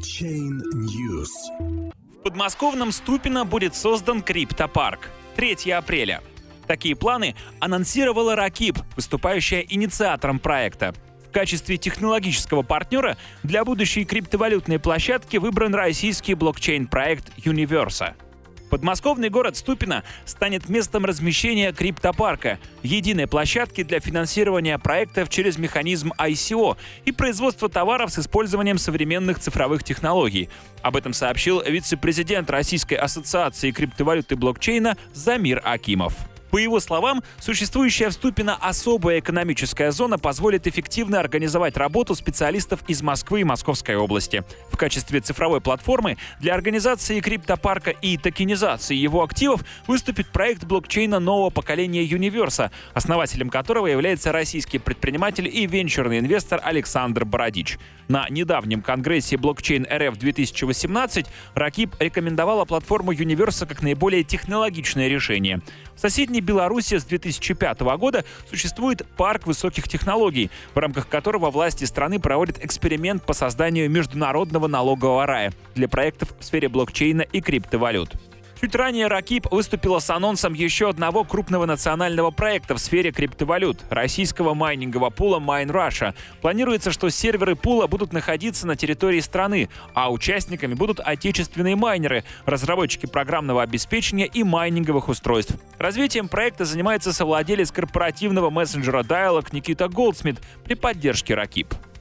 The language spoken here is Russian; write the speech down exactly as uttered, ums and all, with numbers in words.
Блокчейн News. В подмосковном Ступино будет создан криптопарк. третьего апреля. Такие планы анонсировала Ракип, выступающая инициатором проекта. В качестве технологического партнера для будущей криптовалютной площадки выбран российский блокчейн-проект Universa. Подмосковный город Ступино станет местом размещения криптопарка, единой площадки для финансирования проектов через механизм ай си о и производства товаров с использованием современных цифровых технологий. Об этом сообщил вице-президент Российской ассоциации криптовалюты блокчейна Замир Акимов. По его словам, существующая в Ступино особая экономическая зона позволит эффективно организовать работу специалистов из Москвы и Московской области. В качестве цифровой платформы для организации криптопарка и токенизации его активов выступит проект блокчейна нового поколения Universa, основателем которого является российский предприниматель и венчурный инвестор Александр Бородич. На недавнем конгрессе блокчейн эр эф две тысячи восемнадцать Ракип рекомендовала платформу Universa как наиболее технологичное решение. В соседней Беларуси с две тысячи пятого года существует парк высоких технологий, в рамках которого власти страны проводят эксперимент по созданию международного налогового рая для проектов в сфере блокчейна и криптовалют. Чуть ранее Ракип выступила с анонсом еще одного крупного национального проекта в сфере криптовалют – российского майнингового пула MineRussia. Планируется, что серверы пула будут находиться на территории страны, а участниками будут отечественные майнеры, разработчики программного обеспечения и майнинговых устройств. Развитием проекта занимается совладелец корпоративного мессенджера Dialog Никита Голдсмит при поддержке Ракип.